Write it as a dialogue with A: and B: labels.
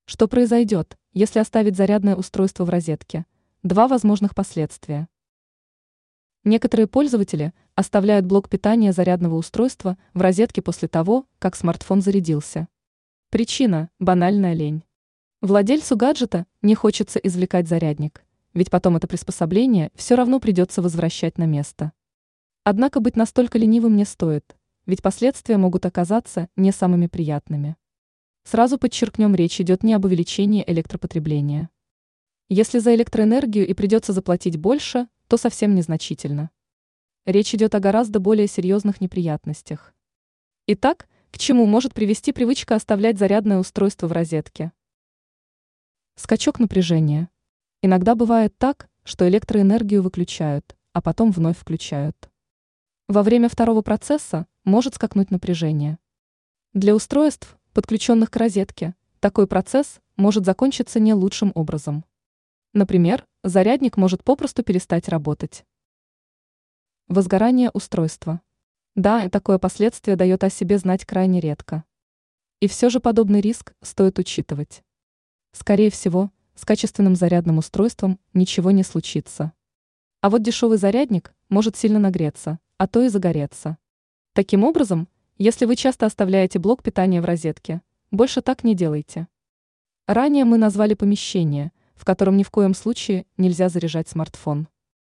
A: Что произойдет, если оставить зарядное устройство в розетке? Два возможных последствия. Некоторые пользователи оставляют блок питания зарядного устройства в розетке после того, как смартфон зарядился. Причина – банальная лень. Владельцу гаджета не хочется извлекать зарядник, ведь потом это приспособление все равно придется возвращать на место. Однако быть настолько ленивым не стоит, ведь последствия могут оказаться не самыми приятными. Сразу подчеркнем, речь идет не об увеличении электропотребления. Если за электроэнергию и придется заплатить больше, то совсем незначительно. Речь идет о гораздо более серьезных неприятностях. Итак, к чему может привести привычка оставлять зарядное устройство в розетке? Скачок напряжения. Иногда бывает так, что электроэнергию выключают, а потом вновь включают. Во время второго процесса может скакнуть напряжение. Для устройств, подключенных к розетке, такой процесс может закончиться не лучшим образом. Например, зарядник может попросту перестать работать. Возгорание устройства. Да, такое последствие дает о себе знать крайне редко. И все же подобный риск стоит учитывать. Скорее всего, с качественным зарядным устройством ничего не случится. А вот дешевый зарядник может сильно нагреться, а то и загореться. Таким образом, если вы часто оставляете блок питания в розетке, больше так не делайте. Ранее мы назвали помещение, в котором ни в коем случае нельзя заряжать смартфон.